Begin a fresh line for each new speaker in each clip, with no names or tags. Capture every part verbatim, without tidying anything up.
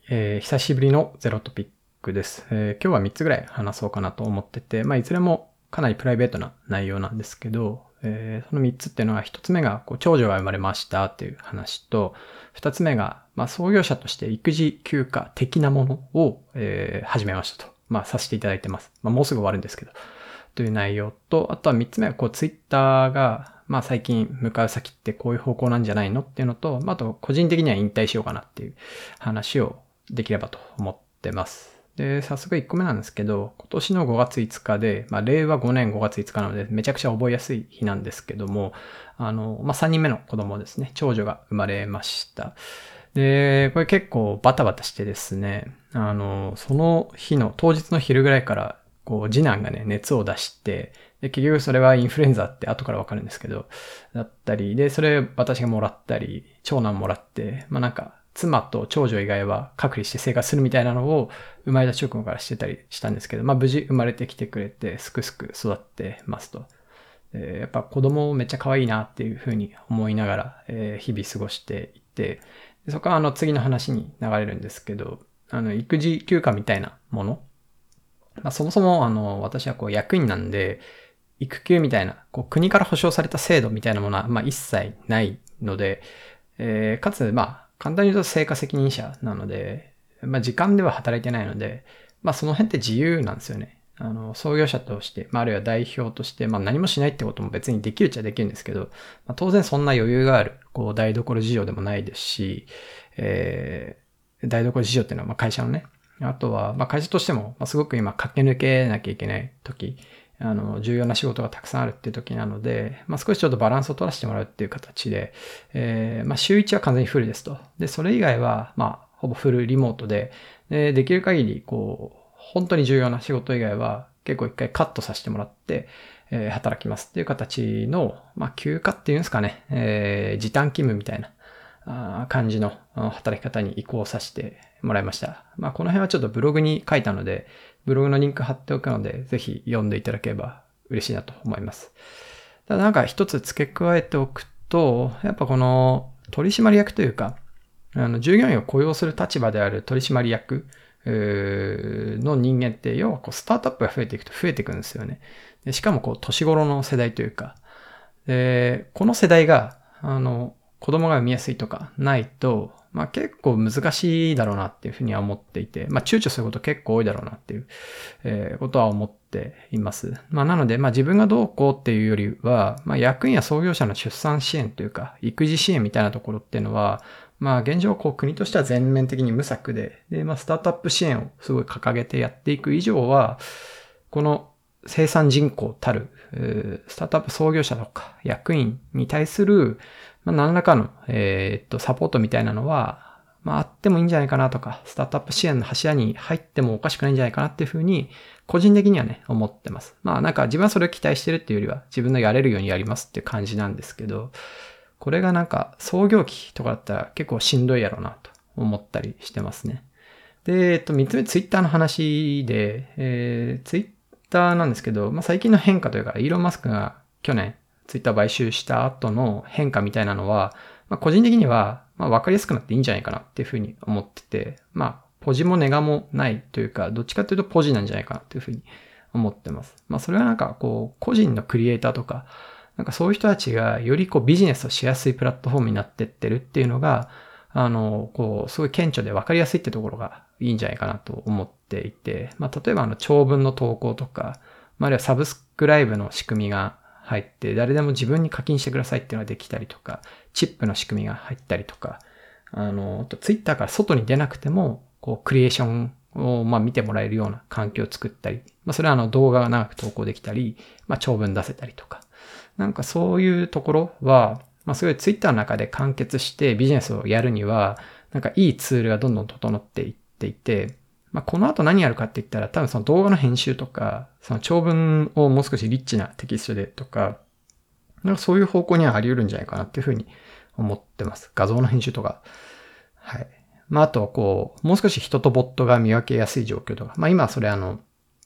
えー、久しぶりのゼロトピックです、えー。今日はみっつぐらい話そうかなと思ってて、まあ、いずれもかなりプライベートな内容なんですけど、えー、そのみっつっていうのは、ひとつめがこう長女が生まれましたっていう話と、ふたつめが、まあ、創業者として育児休暇的なものを、えー、始めましたと。まあ、させていただいてます。まあ、もうすぐ終わるんですけど。という内容と、あとはみっつめは、こう、ツイッターが、まあ最近向かう先ってこういう方向なんじゃないのっていうのと、まああと個人的には引退しようかなっていう話をできればと思ってます。で、早速いっこめなんですけど、今年のごがついつかで、まあ令和ごねんごがついつかなのでめちゃくちゃ覚えやすい日なんですけども、あの、まあさんにんめの子供ですね、長女が生まれました。で、これ結構バタバタしてですね、あの、その日の当日の昼ぐらいから、こう次男がね、熱を出して、で、結局それはインフルエンザって後からわかるんですけど、だったり、で、それ私がもらったり、長男もらって、まあなんか、妻と長女以外は隔離して生活するみたいなのを生まれた直後からしてたりしたんですけど、まあ無事生まれてきてくれて、すくすく育ってますと。えー、やっぱ子供めっちゃ可愛いなっていうふうに思いながら、えー、日々過ごしていて、でそこはあの次の話に流れるんですけど、あの育児休暇みたいなもの、まあ、そもそもあの私はこう役員なんで、育休みたいな、こう国から保障された制度みたいなものは、まあ、一切ないので、えー、かつ、まあ、簡単に言うと成果責任者なので、まあ、時間では働いてないので、まあ、その辺って自由なんですよね。あの、創業者として、まあ、あるいは代表として、まあ、何もしないってことも別にできるっちゃできるんですけど、まあ、当然そんな余裕がある、こう、台所事情でもないですし、えー、台所事情っていうのは、まあ、会社のね、あとは、まあ、会社としても、まあ、すごく今駆け抜けなきゃいけない時、あの、重要な仕事がたくさんあるっていう時なので、まあ、少しちょっとバランスを取らせてもらうっていう形で、えー、まあ、週いちは完全にフルですと。で、それ以外は、まあ、ほぼフルリモートで、で、できる限り、こう、本当に重要な仕事以外は、結構一回カットさせてもらって、えー、働きますっていう形の、まあ、休暇っていうんですかね、えー、時短勤務みたいな、感じの働き方に移行させてもらいました。まあこの辺はちょっとブログに書いたので、ブログのリンク貼っておくので、ぜひ読んでいただければ嬉しいなと思います。ただなんか一つ付け加えておくと、やっぱこの取締役というか、あの従業員を雇用する立場である取締役の人間って、要はこうスタートアップが増えていくと増えていくんですよね。でしかもこう年頃の世代というか、でこの世代が、あの、子供が産みやすいとかないと、まあ結構難しいだろうなっていうふうには思っていて、まあ躊躇すること結構多いだろうなっていう、えー、ことは思っています。まあなので、まあ自分がどうこうっていうよりは、まあ役員や創業者の出産支援というか、育児支援みたいなところっていうのは、まあ現状こう国としては全面的に無策で、で、まあスタートアップ支援をすごい掲げてやっていく以上は、この生産人口たる、スタートアップ創業者とか役員に対する、まあ、何らかの、えー、っと、サポートみたいなのは、まあ、あってもいいんじゃないかなとか、スタートアップ支援の柱に入ってもおかしくないんじゃないかなっていうふうに、個人的にはね、思ってます。まあ、なんか自分はそれを期待してるっていうよりは、自分のやれるようにやりますっていう感じなんですけど、これがなんか創業期とかだったら結構しんどいやろうなと思ったりしてますね。で、えっと、三つ目、ツイッターの話で、えー、ツイッターなんですけど、まあ、最近の変化というか、イーロン・マスクが去年、ツイッター買収した後の変化みたいなのは、まあ、個人的には、まあ、わかりやすくなっていいんじゃないかなっていうふうに思ってて、まあ、ポジもネガもないというか、どっちかというとポジなんじゃないかなっていうふうに思ってます。まあ、それはなんか、こう、個人のクリエイターとか、なんかそういう人たちがよりこうビジネスをしやすいプラットフォームになってってるっていうのが、あの、こう、すごい顕著で分かりやすいってところがいいんじゃないかなと思っていて、まあ、例えばあの、長文の投稿とか、まあ、あるいはサブスクライブの仕組みが入って、誰でも自分に課金してくださいっていうのができたりとか、チップの仕組みが入ったりとか、あの、ツイッターから外に出なくても、こう、クリエーションを、まあ、見てもらえるような環境を作ったり、まあ、それはあの、動画が長く投稿できたり、まあ、長文出せたりとか、なんかそういうところは、まあすごいツイッターの中で完結してビジネスをやるには、なんかいいツールがどんどん整っていっていて、まあこの後何やるかって言ったら多分その動画の編集とか、その長文をもう少しリッチなテキストでとか、なんかそういう方向にはあり得るんじゃないかなっていうふうに思ってます。画像の編集とか。はい。まああとこう、もう少し人とボットが見分けやすい状況とか、まあ今はそれあの、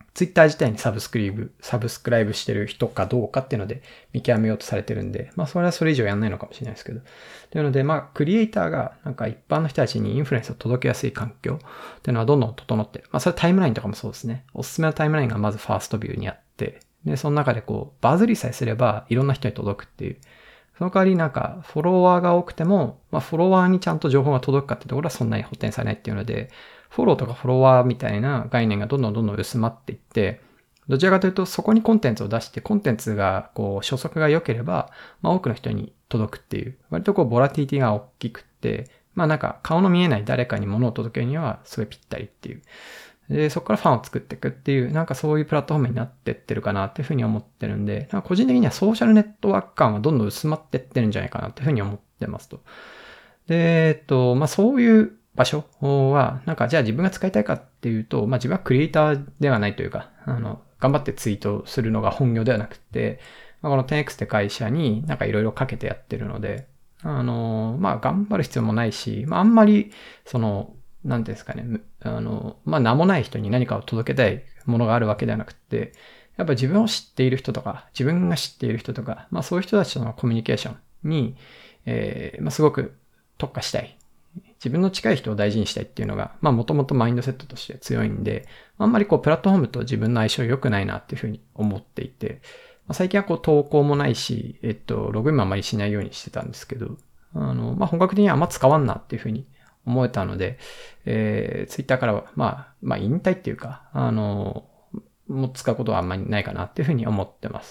Twitter 自体にサブスクライブ、サブスクライブしてる人かどうかっていうので見極めようとされてるんで、まあそれはそれ以上やんないのかもしれないですけど。というので、まあクリエイターがなんか一般の人たちにインフルエンスを届けやすい環境っていうのはどんどん整ってる。まあそれタイムラインとかもそうですね。おすすめのタイムラインがまずファーストビューにあって、で、その中でこうバズりさえすればいろんな人に届くっていう。その代わりなんかフォロワーが多くても、まあフォロワーにちゃんと情報が届くかってところはそんなに補填されないっていうので、フォローとかフォロワーみたいな概念がどんどんどんどん薄まっていって、どちらかというとそこにコンテンツを出して、コンテンツがこう初速が良ければ、まあ多くの人に届くっていう、割とこうボラティティが大きくって、まあなんか顔の見えない誰かに物を届けるにはすごいぴったりっていう。で、そこからファンを作っていくっていう、なんかそういうプラットフォームになってってるかなっていうふうに思ってるんで、なんか個人的にはソーシャルネットワーク感はどんどん薄まってってるんじゃないかなっていうふうに思ってますと。で、えっと、まあそういう場所は、なんかじゃあ自分が使いたいかっていうと、まあ自分はクリエイターではないというか、あの、頑張ってツイートするのが本業ではなくて、まあ、この テンエックス って会社になんかいろいろかけてやってるので、あの、まあ頑張る必要もないし、まああんまり、その、なんていうんですかね、あの、まあ名もない人に何かを届けたいものがあるわけではなくて、やっぱ自分を知っている人とか、自分が知っている人とか、まあそういう人たちとのコミュニケーションに、えー、まあすごく特化したい。自分の近い人を大事にしたいっていうのが、まあもともとマインドセットとして強いんで、あんまりこうプラットフォームと自分の相性良くないなっていうふうに思っていて、まあ、最近はこう投稿もないし、えっと、ログインもあんまりしないようにしてたんですけど、あの、まあ本格的にはあんま使わんなっていうふうに思えたので、えー、ツイッターからは、まあ、まあ引退っていうか、あの、もう使うことはあんまりないかなっていうふうに思ってます。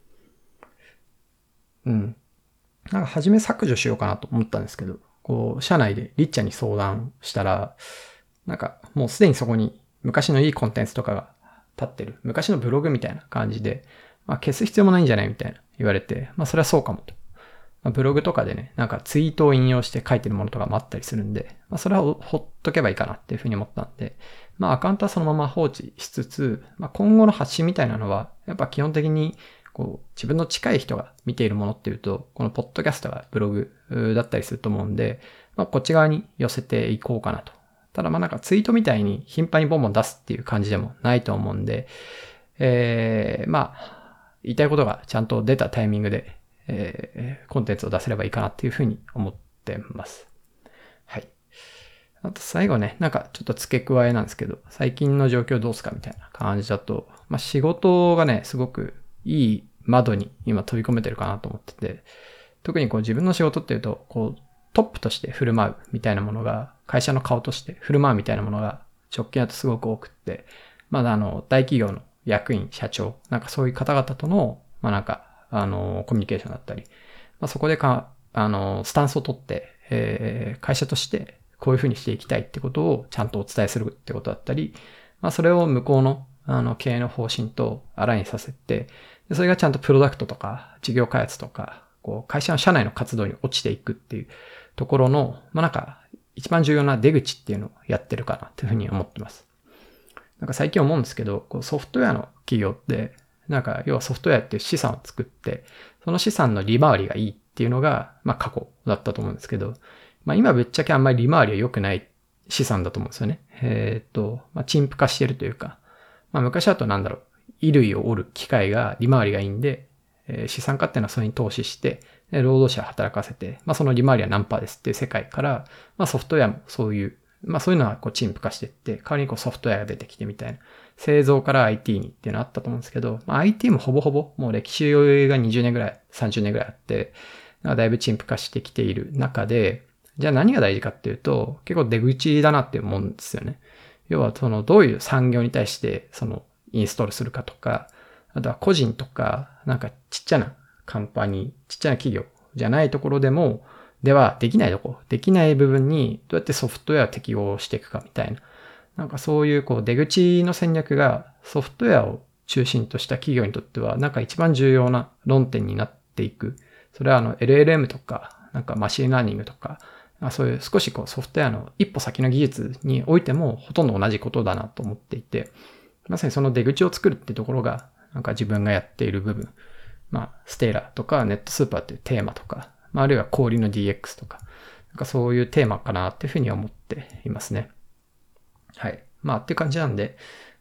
うん。なんか初め削除しようかなと思ったんですけど、こう、社内でリッチャに相談したら、なんかもうすでにそこに昔のいいコンテンツとかが立ってる。昔のブログみたいな感じで、まあ消す必要もないんじゃないみたいな言われて、まあそれはそうかもと。まあ、ブログとかでね、なんかツイートを引用して書いてるものとかもあったりするんで、まあそれはほっとけばいいかなっていうふうに思ったんで、まあアカウントはそのまま放置しつつ、まあ今後の発信みたいなのは、やっぱ基本的にこう自分の近い人が見ているものっていうと、このポッドキャストがブログだったりすると思うんで、まあこっち側に寄せていこうかなと。ただまあなんかツイートみたいに頻繁にボンボン出すっていう感じでもないと思うんで、えー、まあ、言いたいことがちゃんと出たタイミングで、えー、コンテンツを出せればいいかなっていうふうに思ってます。はい。あと最後ね、なんかちょっと付け加えなんですけど、最近の状況どうすかみたいな感じだと、まあ仕事がね、すごくいい窓に今飛び込めてるかなと思ってて、特にこう自分の仕事っていうと、こうトップとして振る舞うみたいなものが、会社の顔として振る舞うみたいなものが直近だとすごく多くって、まだあの大企業の役員、社長、なんかそういう方々との、まあなんか、あの、コミュニケーションだったり、まあそこでか、あの、スタンスを取って、えー、会社としてこういうふうにしていきたいってことをちゃんとお伝えするってことだったり、まあそれを向こうの、あの、経営の方針とアラインさせて、それがちゃんとプロダクトとか、事業開発とか、こう、会社の社内の活動に落ちていくっていうところの、まあなんか、一番重要な出口っていうのをやってるかなっていうふうに思ってます。なんか最近思うんですけど、こうソフトウェアの企業って、なんか要はソフトウェアっていう資産を作って、その資産の利回りがいいっていうのが、まあ過去だったと思うんですけど、まあ今ぶっちゃけあんまり利回りは良くない資産だと思うんですよね。えっと、まあ陳腐化してるというか、まあ昔だとなんだろう、衣類を織る機械が利回りがいいんで、えー、資産家っていうのはそれに投資して、労働者働かせて、まあその利回りは何パーですっていう世界から、まあソフトウェアもそういう、まあそういうのはこう陳腐化していって、代わりにこうソフトウェアが出てきてみたいな、製造から アイティー にっていうのあったと思うんですけど、まあ アイティー もほぼほぼもう歴史がにじゅうねんぐらい、さんじゅうねんぐらいあって、だいぶ陳腐化してきている中で、じゃあ何が大事かっていうと、結構出口だなって思うんですよね。要はそのどういう産業に対してそのインストールするかとか、あとは個人とか、なんかちっちゃなカンパニー、ちっちゃな企業じゃないところでも、ではできないとこ、できない部分にどうやってソフトウェアを適用していくかみたいな。なんかそういうこう出口の戦略がソフトウェアを中心とした企業にとってはなんか一番重要な論点になっていく。それはあの エルエルエム とか、なんかマシンラーニングとか、そういう少しこうソフトウェアの一歩先の技術においてもほとんど同じことだなと思っていて、まさにその出口を作るってところがなんか自分がやっている部分。まあ、ステーラとかネットスーパーっていうテーマとか、まあ、あるいは小売の ディーエックス とか、なんかそういうテーマかなっていうふうに思っていますね。はい。まあ、っていう感じなんで、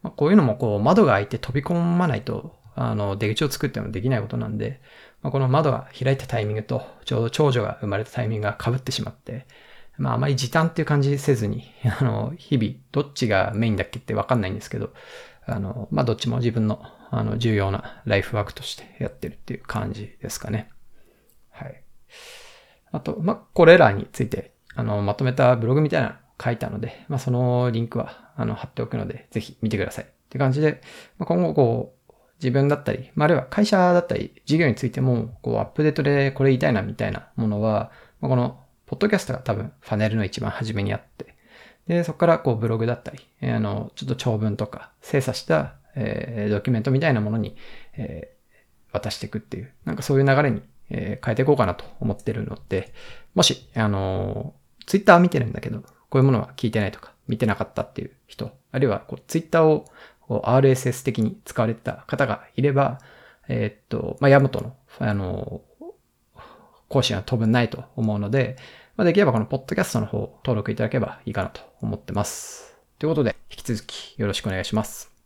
まあ、こういうのもこう窓が開いて飛び込まないと、あの、出口を作ってもできないことなんで、まあ、この窓が開いたタイミングと、ちょうど長女が生まれたタイミングが被ってしまって、まああまり時短っていう感じせずに、あの、日々どっちがメインだっけってわかんないんですけど、あの、まあどっちも自分の、あの、重要なライフワークとしてやってるっていう感じですかね。はい。あと、まあこれらについて、あの、まとめたブログみたいなの書いたので、まあそのリンクは、あの、貼っておくので、ぜひ見てください。って感じで、まあ、今後こう、自分だったり、まあ、あるいは会社だったり、事業についても、こう、アップデートでこれ言いたいなみたいなものは、まあ、この、ポッドキャストが多分、ファネルの一番初めにあって、で、そこからこう、ブログだったり、あの、ちょっと長文とか、精査した、えー、ドキュメントみたいなものに、えー、渡していくっていう、なんかそういう流れに、えー、変えていこうかなと思ってるので、もし、あの、ツイッター見てるんだけど、こういうものは聞いてないとか、見てなかったっていう人、あるいはこう、ツイッターをアールエスエス 的に使われてた方がいれば、えー、っと、まあ、ヤマトの、あの、更新は当分ないと思うので、まあ、できればこのポッドキャストの方登録いただければいいかなと思ってます。ということで、引き続きよろしくお願いします。